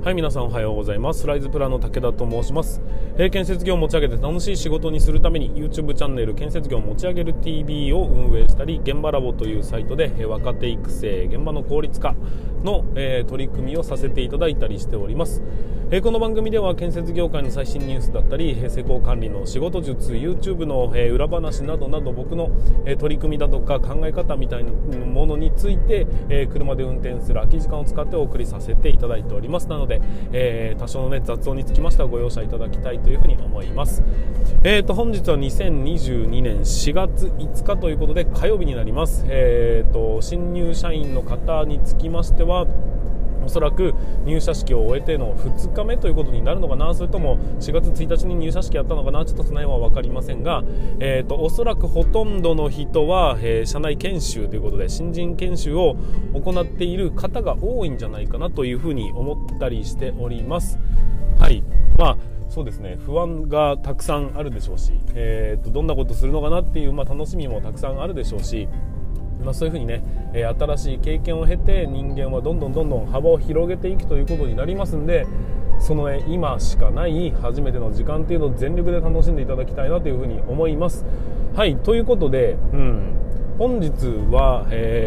はい、皆さんおはようございます。ライズプラの武田と申します。建設業を持ち上げて楽しい仕事にするために YouTube チャンネル建設業を持ち上げる TV を運営したり、現場ラボというサイトで若手育成、現場の効率化の取り組みをさせていただいたりしております。この番組では建設業界の最新ニュースだったり、施工管理の仕事術、 YouTube の裏話などなど、僕の取り組みだとか考え方みたいなものについて車で運転する空き時間を使ってお送りさせていただいております。なので多少の、雑音につきましてはご容赦いただきたいというふうに思います。本日は2022年4月5日ということで火曜日になります。新入社員の方につきましてはおそらく入社式を終えての2日目ということになるのかな、それとも4月1日に入社式やったのかな、ちょっとその辺は分かりませんが、おそらくほとんどの人は、社内研修ということで新人研修を行っている方が多いんじゃないかなというふうに思ったりしております。はい、そうですね、不安がたくさんあるでしょうし、どんなことするのかなっていう、楽しみもたくさんあるでしょうし、そういうふうにね、新しい経験を経て人間はどんどん幅を広げていくということになりますんで、その今しかない初めての時間っていうのを全力で楽しんでいただきたいなというふうに思います。はい、ということで、本日は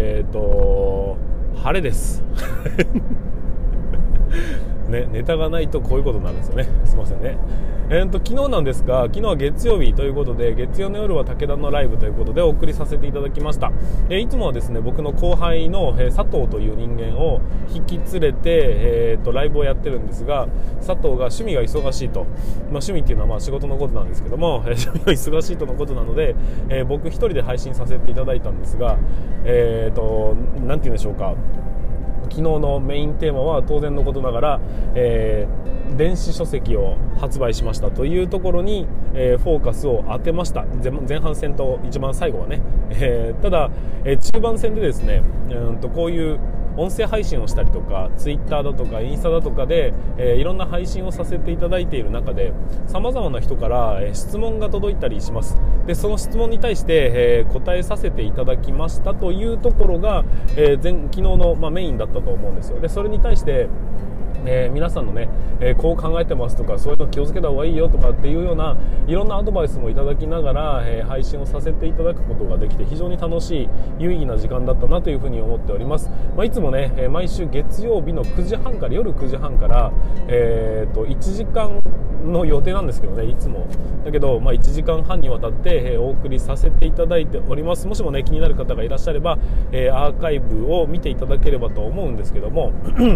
晴れですね、ネタがないとこういうことになるんですよね。すいませんね。昨日なんですが、昨日は月曜日ということで、月曜の夜は武田のライブということでお送りさせていただきました。いつもはですね、僕の後輩の佐藤という人間を引き連れて、ライブをやってるんですが、佐藤が趣味が忙しいと、趣味っていうのは仕事のことなんですけども、趣味が忙しいとのことなので、僕一人で配信させていただいたんですが、なんて言うんでしょうか、昨日のメインテーマは当然のことながら、電子書籍を発売しましたというところに、フォーカスを当てました。前半戦と一番最後はね、ただ、中盤戦でですね、こういう音声配信をしたりとかツイッターだとかインスタだとかで、いろんな配信をさせていただいている中で様々な人から、質問が届いたりします。でその質問に対して、答えさせていただきましたというところが、昨日の、メインだったと思うんですよ。でそれに対して皆さんのね、こう考えてますとか、そういうの気をつけた方がいいよとかっていうようないろんなアドバイスもいただきながら、配信をさせていただくことができて非常に楽しい有意義な時間だったなというふうに思っております。いつもね、毎週月曜日の9時半から夜9時半から、1時間の予定なんですけどね、いつもだけど、1時間半にわたって、お送りさせていただいております。もしもね気になる方がいらっしゃれば、アーカイブを見ていただければと思うんですけども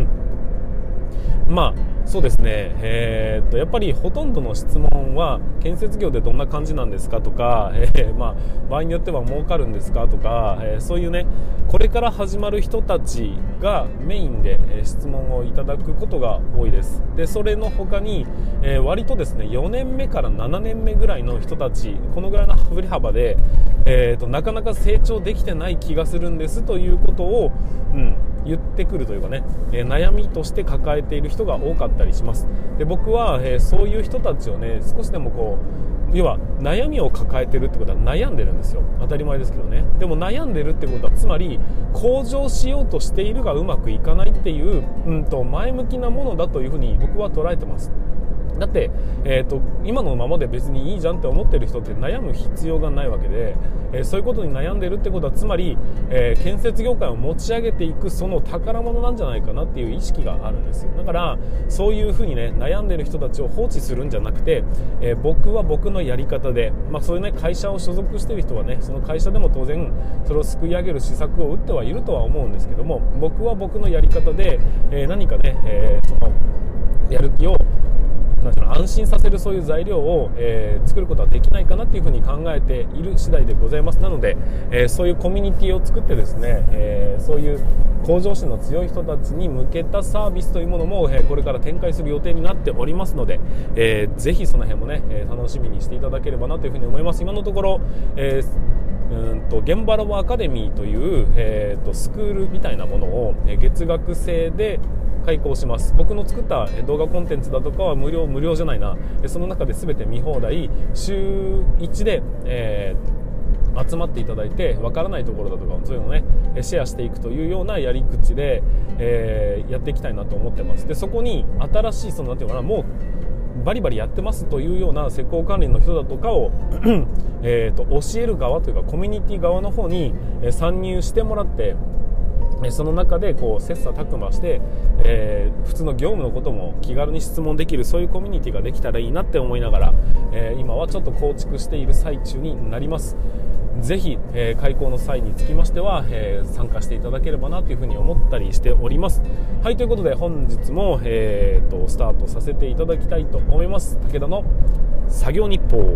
そうですね、やっぱりほとんどの質問は建設業でどんな感じなんですかとか、場合によっては儲かるんですかとか、そういうねこれから始まる人たちがメインで、質問をいただくことが多いです。でそれの他に、割とですね4年目から7年目ぐらいの人たち、このぐらいの振り幅で、なかなか成長できてない気がするんですということを、言ってくるというかね、悩みとして抱えている人が多かったりします。で僕は、そういう人たちをね少しでも要は悩みを抱えてるってことは悩んでるんですよ。当たり前ですけどね。でも悩んでるってことはつまり向上しようとしているがうまくいかないっていう、前向きなものだというふうに僕は捉えてます。だって、今のままで別にいいじゃんって思ってる人って悩む必要がないわけで、そういうことに悩んでるってことはつまり、建設業界を持ち上げていくその宝物なんじゃないかなっていう意識があるんですよ。だからそういうふうにね悩んでる人たちを放置するんじゃなくて、僕は僕のやり方で、そういうね会社を所属している人はねその会社でも当然それをすくい上げる施策を打ってはいるとは思うんですけども、僕は僕のやり方で、何かね、そのやる気を安心させるそういう材料を、作ることはできないかなというふうに考えている次第でございます。なので、そういうコミュニティを作ってですね、そういう向上心の強い人たちに向けたサービスというものも、これから展開する予定になっておりますので、ぜひその辺もね、楽しみにしていただければなというふうに思います。今のところ、現場ラボアカデミーという、スクールみたいなものを、月額制で開講します。僕の作った動画コンテンツだとかは無料じゃないな、その中で全て見放題、週1で、 集まっていただいて、わからないところだとかそういうのをねシェアしていくというようなやり口で、やっていきたいなと思ってます。でそこに新しいなんていうかな、もうバリバリやってますというような施工管理の人だとかを教える側というかコミュニティ側の方に参入してもらって、その中でこう切磋琢磨して、普通の業務のことも気軽に質問できる、そういうコミュニティができたらいいなって思いながら、今はちょっと構築している最中になります。ぜひ、開講の際につきましては、参加していただければなというふうに思ったりしております。はい、ということで本日も、スタートさせていただきたいと思います。武田の作業日報。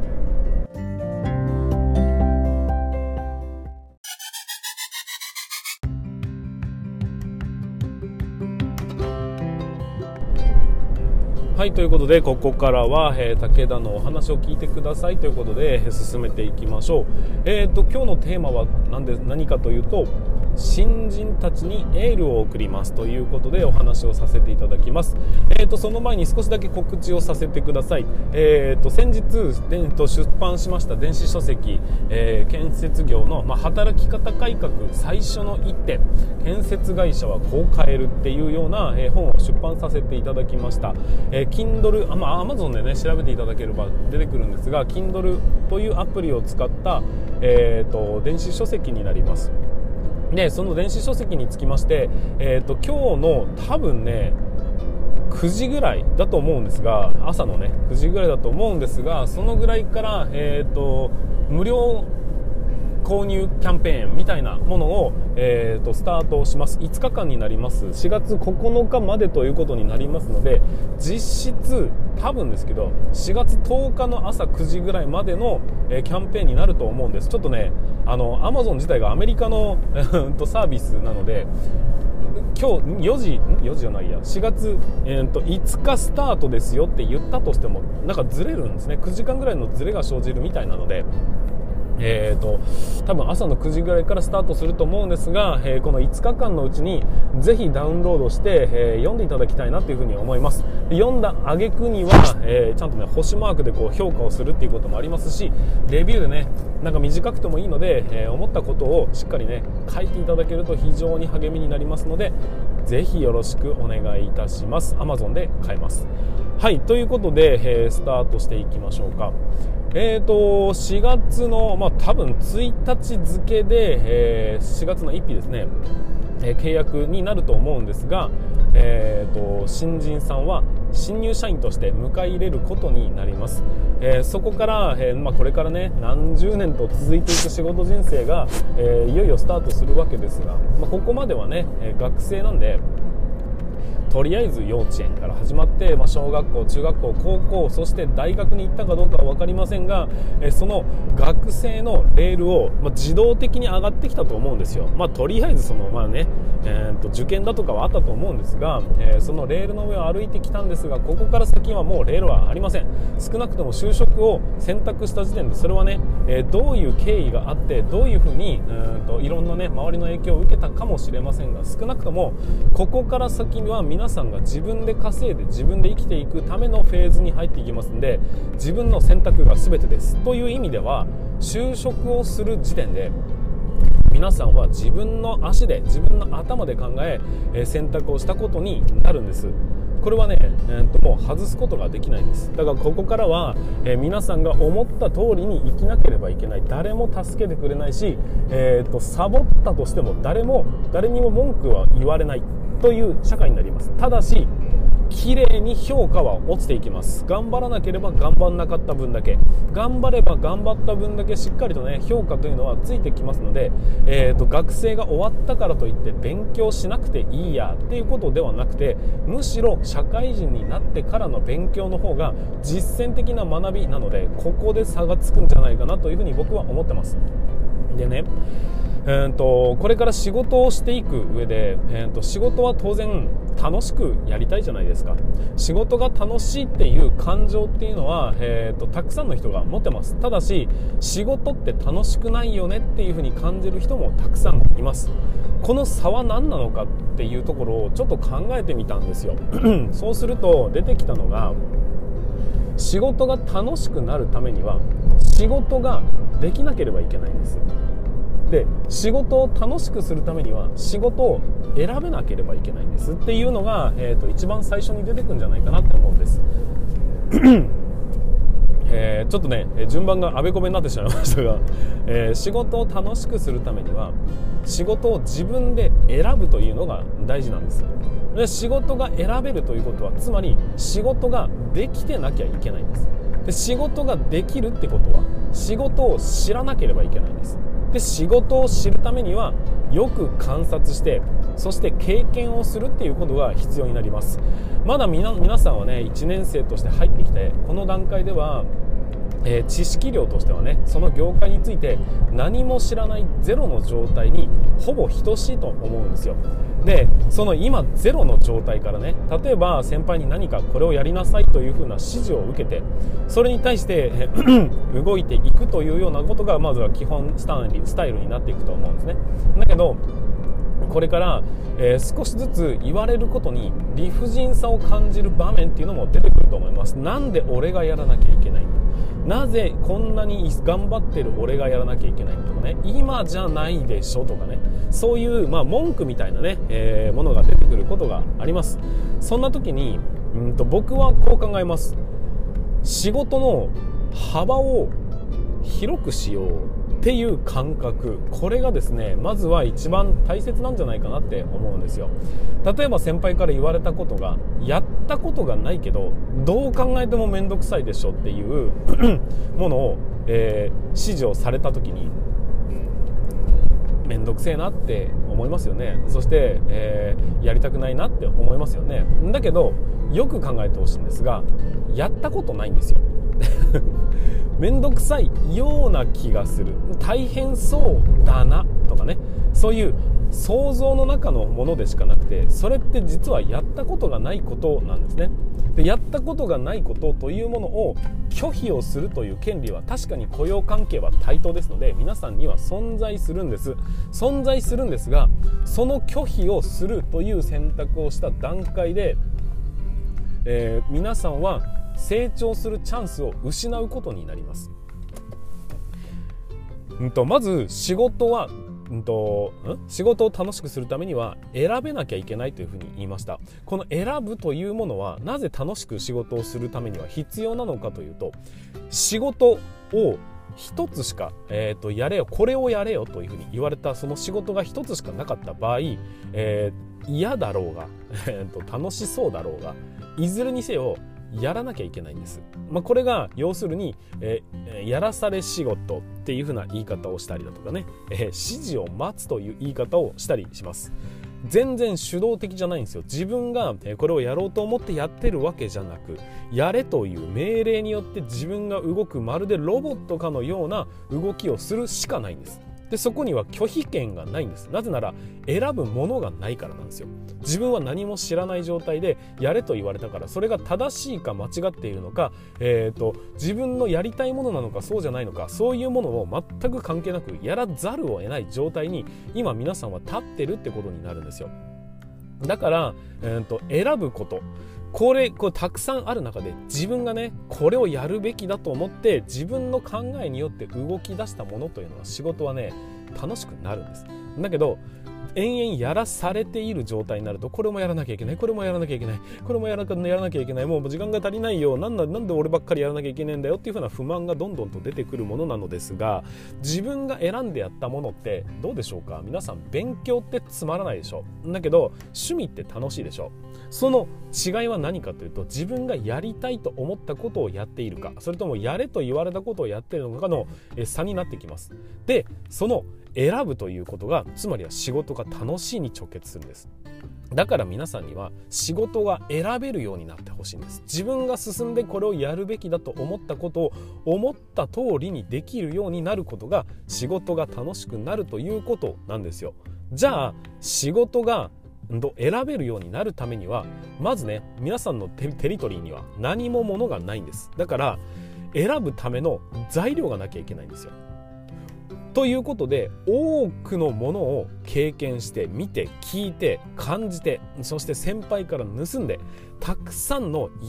はい、ということでここからは、武田のお話を聞いてくださいということで、進めていきましょう。今日のテーマは何かというと、新人たちにエールを送りますということでお話をさせていただきます。その前に少しだけ告知をさせてください。先日出版しました電子書籍、建設業の、働き方改革最初の一手、建設会社はこう変えるっていうような、本を出版させていただきました。Kindle、Amazon でね調べていただければ出てくるんですが、 Kindle というアプリを使った、電子書籍になります。でその電子書籍につきまして、今日の多分ね9時ぐらいだと思うんですが、朝のね9時ぐらいだと思うんですが、そのぐらいから、無料購入キャンペーンみたいなものを、スタートします。5日間になります。4月9日までということになりますので、実質多分ですけど4月10日の朝9時ぐらいまでの、キャンペーンになると思うんです。ちょっとねAmazon 自体がアメリカのサービスなので、今日4時じゃないや4月、5日スタートですよって言ったとしてもなんかずれるんですね。9時間ぐらいのずれが生じるみたいなので、多分朝の9時ぐらいからスタートすると思うんですが、この5日間のうちにぜひダウンロードして、読んでいただきたいなというふうに思います。読んだ挙句には、ちゃんとね星マークでこう評価をするっていうこともありますし、レビューでねなんか短くてもいいので、思ったことをしっかりね書いていただけると非常に励みになりますので、ぜひよろしくお願いいたします。 Amazon で買えます。はい、ということで、スタートしていきましょうか。4月の、多分1日付で、4月の1日ですね、契約になると思うんですが、新人さんは新入社員として迎え入れることになります。そこから、これからね何十年と続いていく仕事人生が、いよいよスタートするわけですが、ここまではね、学生なんでとりあえず幼稚園から始まって、小学校、中学校、高校、そして大学に行ったかどうかは分かりませんが、その学生のレールを、自動的に上がってきたと思うんですよ。とりあえず受験だとかはあったと思うんですが、そのレールの上を歩いてきたんですが、ここから先はもうレールはありません。少なくとも就職を選択した時点でそれはね、どういう経緯があってどういうふうにいろんなね周りの影響を受けたかもしれませんが、少なくともここから先は皆さんが自分で稼いで自分で生きていくためのフェーズに入っていきますので、自分の選択が全てですという意味では、就職をする時点で皆さんは自分の足で自分の頭で考え選択をしたことになるんです。これはね、もう外すことができないです。だからここからは、皆さんが思った通りに生きなければいけない。誰も助けてくれないし、サボったとしても誰にも文句は言われないという社会になります。ただし綺麗に評価は落ちていきます。頑張らなければ頑張らなかった分だけ、頑張れば頑張った分だけしっかりとね評価というのはついてきますので、学生が終わったからといって勉強しなくていいやっていうことではなくて、むしろ社会人になってからの勉強の方が実践的な学びなので、ここで差がつくんじゃないかなというふうに僕は思ってます。でね、これから仕事をしていく上で、仕事は当然楽しくやりたいじゃないですか。仕事が楽しいっていう感情っていうのは、たくさんの人が持ってます。ただし仕事って楽しくないよねっていうふうに感じる人もたくさんいます。この差は何なのかっていうところをちょっと考えてみたんですよそうすると出てきたのが、 仕事が楽しくなるためには仕事ができなければいけないんです。で、仕事を楽しくするためには仕事を選べなければいけないんですっていうのが、一番最初に出てくるんじゃないかなって思うんですちょっとね順番があべこべになってしまいましたが、仕事を楽しくするためには仕事を自分で選ぶというのが大事なんです。で、仕事が選べるということはつまり仕事ができてなきゃいけないんです。で、仕事ができるってことは仕事を知らなければいけないんです。で、仕事を知るためにはよく観察してそして経験をするっていうことが必要になります。まだ皆さんはね1年生として入ってきてこの段階では知識量としてはねその業界について何も知らないゼロの状態にほぼ等しいと思うんですよ。で、その今ゼロの状態からね、例えば先輩に何かこれをやりなさいというふうな指示を受けてそれに対して動いていくというようなことがまずは基本スタイルになっていくと思うんですね。だけどこれから、少しずつ言われることに理不尽さを感じる場面っていうのも出てくると思います。なんで俺がやらなきゃいけないんだ、なぜこんなに頑張ってる俺がやらなきゃいけないんだとかね、今じゃないでしょとかね、そういう、文句みたいなね、ものが出てくることがあります。そんな時に僕はこう考えます。仕事の幅を広くしようっていう感覚、これがですねまずは一番大切なんじゃないかなって思うんですよ。例えば先輩から言われたことがやったことがないけどどう考えても面倒くさいでしょっていうものを、指示をされた時に面倒くせえなって思いますよね。そして、やりたくないなって思いますよね。だけどよく考えてほしいんですがやったことないんですよめんどくさいような気がする、大変そうだなとかね、そういう想像の中のものでしかなくて、それって実はやったことがないことなんですね。で、やったことがないことというものを拒否をするという権利は確かに雇用関係は対等ですので皆さんには存在するんですが、その拒否をするという選択をした段階で、皆さんは成長するチャンスを失うことになります。まず仕事を楽しくするためには選べなきゃいけないというふうに言いました。この選ぶというものはなぜ楽しく仕事をするためには必要なのかというと、仕事を一つしか、やれよこれをやれよというふうに言われたその仕事が一つしかなかった場合、嫌だろうが楽しそうだろうがいずれにせよやらなきゃいけないんです。これが要するに、やらされ仕事っていう風な言い方をしたりだとかね、指示を待つという言い方をしたりします。全然主導的じゃないんですよ。自分がこれをやろうと思ってやってるわけじゃなく、やれという命令によって自分が動くまるでロボットかのような動きをするしかないんです。で、そこには拒否権がないんです。なぜなら選ぶものがないからなんですよ。自分は何も知らない状態でやれと言われたから、それが正しいか間違っているのか、自分のやりたいものなのかそうじゃないのか、そういうものを全く関係なくやらざるを得ない状態に今皆さんは立ってるってことになるんですよ。だから、選ぶこと、これたくさんある中で自分がねこれをやるべきだと思って自分の考えによって動き出したものというのは仕事はね楽しくなるんです。だけど延々やらされている状態になると、これもやらなきゃいけない、これもやらなきゃいけない、これもやらなきゃいけない、もう時間が足りないよ、なんで俺ばっかりやらなきゃいけないんだよっていう風な不満がどんどんと出てくるものなのですが、自分が選んでやったものってどうでしょうか。皆さん勉強ってつまらないでしょ。だけど趣味って楽しいでしょ。その違いは何かというと、自分がやりたいと思ったことをやっているか、それともやれと言われたことをやっているのかの差になってきます。で、その選ぶということがつまりは仕事が楽しいに直結するんです。だから皆さんには仕事が選べるようになってほしいんです。自分が進んでこれをやるべきだと思ったことを思った通りにできるようになることが仕事が楽しくなるということなんですよ。じゃあ仕事が選べるようになるためにはまずね皆さんのテリトリーには何もものがないんです。だから選ぶための材料がなきゃいけないんですよ。ということで多くのものを経験して見て聞いて感じて、そして先輩から盗んでたくさんのやっ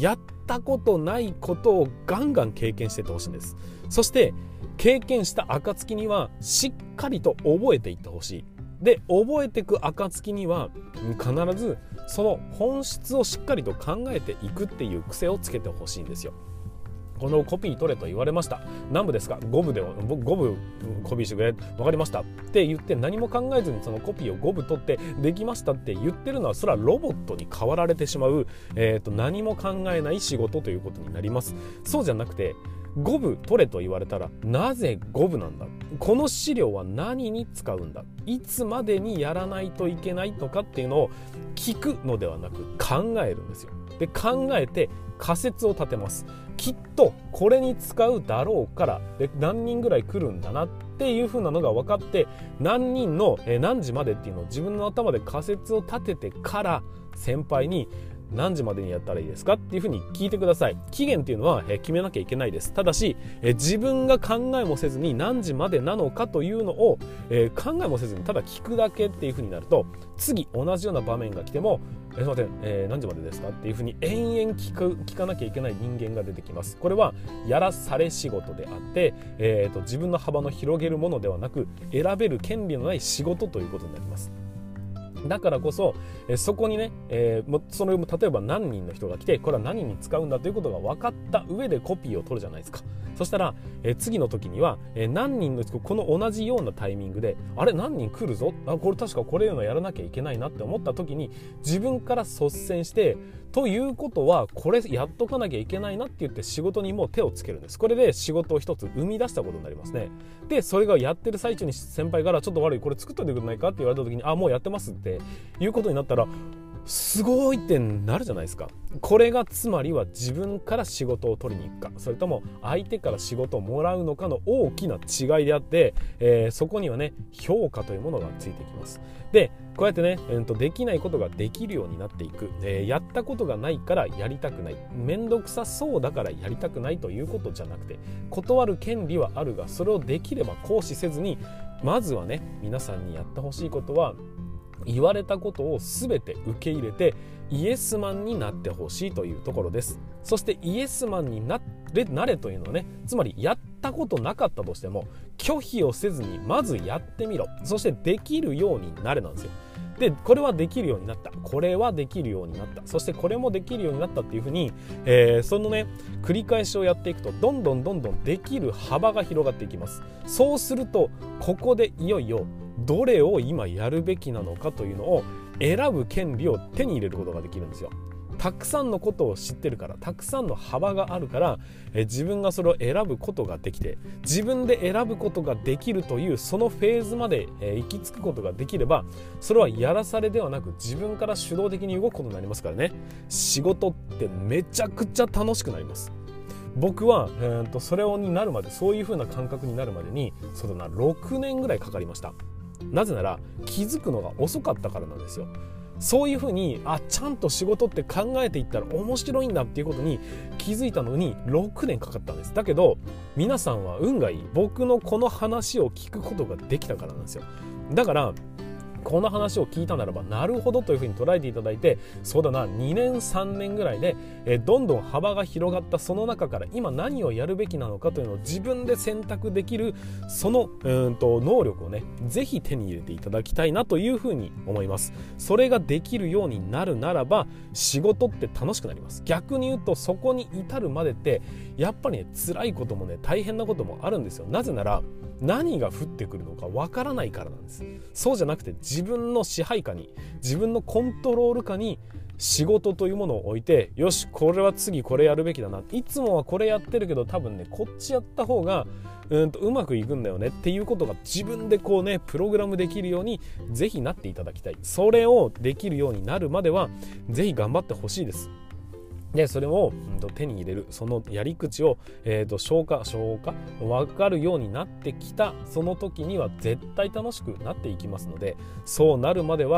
ったことないことをガンガン経験していってほしいんです。そして経験した暁にはしっかりと覚えていってほしい。で、覚えていく暁には必ずその本質をしっかりと考えていくっていう癖をつけてほしいんですよ。このコピー取れと言われました。何部ですか？5部で5部コピーしてくれ。分かりましたって言って何も考えずにそのコピーを5部取ってできましたって言ってるのはそれはロボットに変わられてしまう、何も考えない仕事ということになります。そうじゃなくて5部取れと言われたらなぜ5部なんだ、この資料は何に使うんだ、いつまでにやらないといけないのかっていうのを聞くのではなく考えるんですよ。で、考えて仮説を立てます。きっとこれに使うだろうからで何人ぐらい来るんだなっていう風なのが分かって何人の何時までっていうのを自分の頭で仮説を立ててから先輩に何時までにやったらいいですかっていうふうに聞いてください。期限っていうのは決めなきゃいけないです。ただし自分が考えもせずに何時までなのかというのを考えもせずにただ聞くだけっていうふうになると次同じような場面が来てもすいません、何時までですかっていうふうに延々聞かなきゃいけない人間が出てきます。これはやらされ仕事であって、自分の幅の広げるものではなく選べる権利のない仕事ということになります。だからこそそこにね、それも例えば何人の人が来てこれは何に使うんだということが分かった上でコピーを取るじゃないですか。そしたら、次の時には、何人の人この同じようなタイミングであれ何人来るぞ、これ確かこれをやらなきゃいけないなって思った時に自分から率先してということはこれやっとかなきゃいけないなって言って仕事にもう手をつけるんです。これで仕事を一つ生み出したことになりますね。でそれがやってる最中に先輩からちょっと悪いこれ作っといてくれないかって言われた時にもうやってますっていうことになったらすごいってなるじゃないですか。これがつまりは自分から仕事を取りに行くかそれとも相手から仕事をもらうのかの大きな違いであって、そこにはね評価というものがついてきます。でこうやってね、できないことができるようになっていく、やったことがないからやりたくない、めんどくさそうだからやりたくないということじゃなくて断る権利はあるがそれをできれば行使せずにまずはね皆さんにやってほしいことは言われたことを全て受け入れてイエスマンになってほしいというところです。そしてイエスマンになれというのはねつまりやったことなかったとしても拒否をせずにまずやってみろ、そしてできるようになれなんですよ。でこれはできるようになった、これはできるようになった、そしてこれもできるようになったっていうふうに、そのね繰り返しをやっていくとどんどんできる幅が広がっていきます。そうするとここでいよいよどれを今やるべきなのかというのを選ぶ権利を手に入れることができるんですよ。たくさんのことを知ってるからたくさんの幅があるから自分がそれを選ぶことができて自分で選ぶことができるというそのフェーズまで行き着くことができればそれはやらされではなく自分から主導的に動くことになりますからね。仕事ってめちゃくちゃ楽しくなります。僕は、それになるまでそういう風な感覚になるまでにそうだな6年ぐらいかかりました。なぜなら気づくのが遅かったからなんですよ。そういうふうにちゃんと仕事って考えていったら面白いんだっていうことに気づいたのに6年かかったんです。だけど皆さんは運がいい僕のこの話を聞くことができたからなんですよ。だからこの話を聞いたならばなるほどというふうに捉えていただいてそうだな2年3年ぐらいでどんどん幅が広がったその中から今何をやるべきなのかというのを自分で選択できるその能力をねぜひ手に入れていただきたいなというふうに思います。それができるようになるならば仕事って楽しくなります。逆に言うとそこに至るまでってやっぱりね辛いこともね大変なこともあるんですよ。なぜなら何が降ってくるのかわからないからなんです。そうじゃなくて自分の支配下に自分のコントロール下に仕事というものを置いてよしこれは次これやるべきだな、いつもはこれやってるけど多分ねこっちやった方がうまくいくんだよねっていうことが自分でこうねプログラムできるようにぜひなっていただきたい。それをできるようになるまではぜひ頑張ってほしいです。でそれを手に入れるそのやり口を、消化分かるようになってきたその時には絶対楽しくなっていきますのでそうなるまでは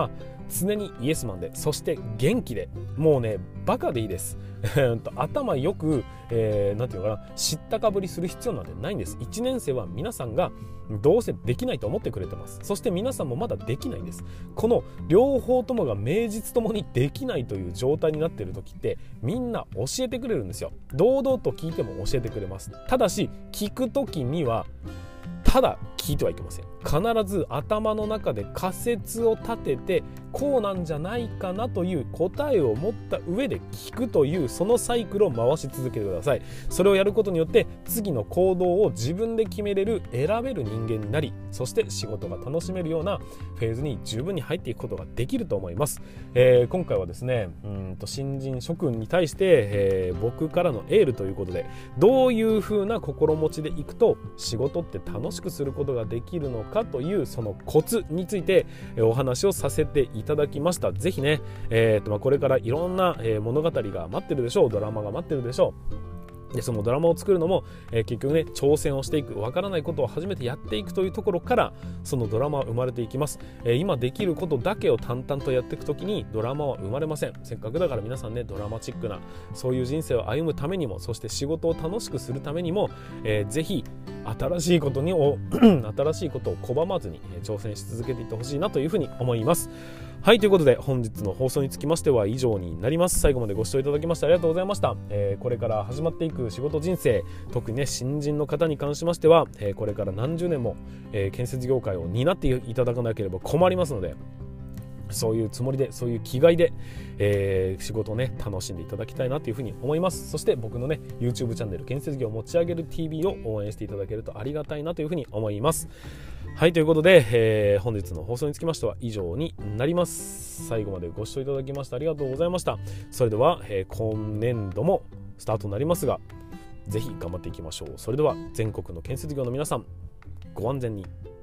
常にイエスマンで、そして元気で、もうねバカでいいです頭よく、なんていうのかな、知ったかぶりする必要なんてないんです。1年生は皆さんがどうせできないと思ってくれてます。そして皆さんもまだできないんです。この両方ともが名実ともにできないという状態になっている時って、みんな教えてくれるんですよ。堂々と聞いても教えてくれます。ただし聞く時にはただ聞いてはいけません。必ず頭の中で仮説を立てて、こうなんじゃないかなという答えを持った上で聞くという、そのサイクルを回し続けてください。それをやることによって次の行動を自分で決めれる、選べる人間になり、そして仕事が楽しめるようなフェーズに十分に入っていくことができると思います。今回はですね、新人諸君に対して、僕からのエールということで、どういう風な心持ちでいくと仕事って楽しくすることができるのかという、そのコツについてお話をさせていただきました。ぜひね、これからいろんな物語が待ってるでしょう。ドラマが待ってるでしょう。でそのドラマを作るのも、結局ね挑戦をしていく、わからないことを初めてやっていくというところからそのドラマは生まれていきます。今できることだけを淡々とやっていくときにドラマは生まれません。せっかくだから皆さんね、ドラマチックなそういう人生を歩むためにも、そして仕事を楽しくするためにも、ぜひ新しいことを拒まずに挑戦し続けていってほしいなというふうに思います。はい、ということで本日の放送につきましては以上になります。最後までご視聴いただきましてありがとうございました。これから始まっていく仕事人生、特にね新人の方に関しましては、これから何十年も、建設業界を担っていただかなければ困りますので、そういうつもりで、そういう気概で、仕事をね楽しんでいただきたいなというふうに思います。そして僕のね YouTube チャンネル建設業を持ち上げる TV を応援していただけるとありがたいなというふうに思います。はい、ということで、本日の放送につきましては以上になります。最後までご視聴いただきましてありがとうございました。それでは、今年度もスタートになりますが、ぜひ頑張っていきましょう。それでは全国の建設業の皆さん、ご安全に。